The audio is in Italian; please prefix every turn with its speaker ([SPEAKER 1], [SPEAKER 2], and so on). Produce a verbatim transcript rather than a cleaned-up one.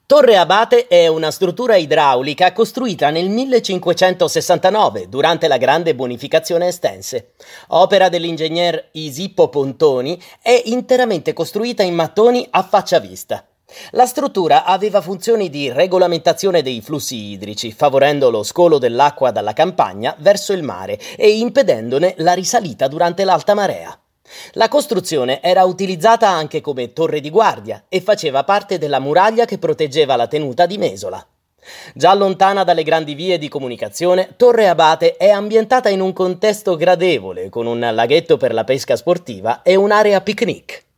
[SPEAKER 1] Torre Abate è una struttura idraulica costruita nel millecinquecentosessantanove durante la grande bonificazione estense. Opera dell'ingegner Isippo Pontoni, è interamente costruita in mattoni a faccia vista. La struttura aveva funzioni di regolamentazione dei flussi idrici, favorendo lo scolo dell'acqua dalla campagna verso il mare e impedendone la risalita durante l'alta marea. La costruzione era utilizzata anche come torre di guardia e faceva parte della muraglia che proteggeva la tenuta di Mesola. Già lontana dalle grandi vie di comunicazione, Torre Abate è ambientata in un contesto gradevole, con un laghetto per la pesca sportiva e un'area picnic.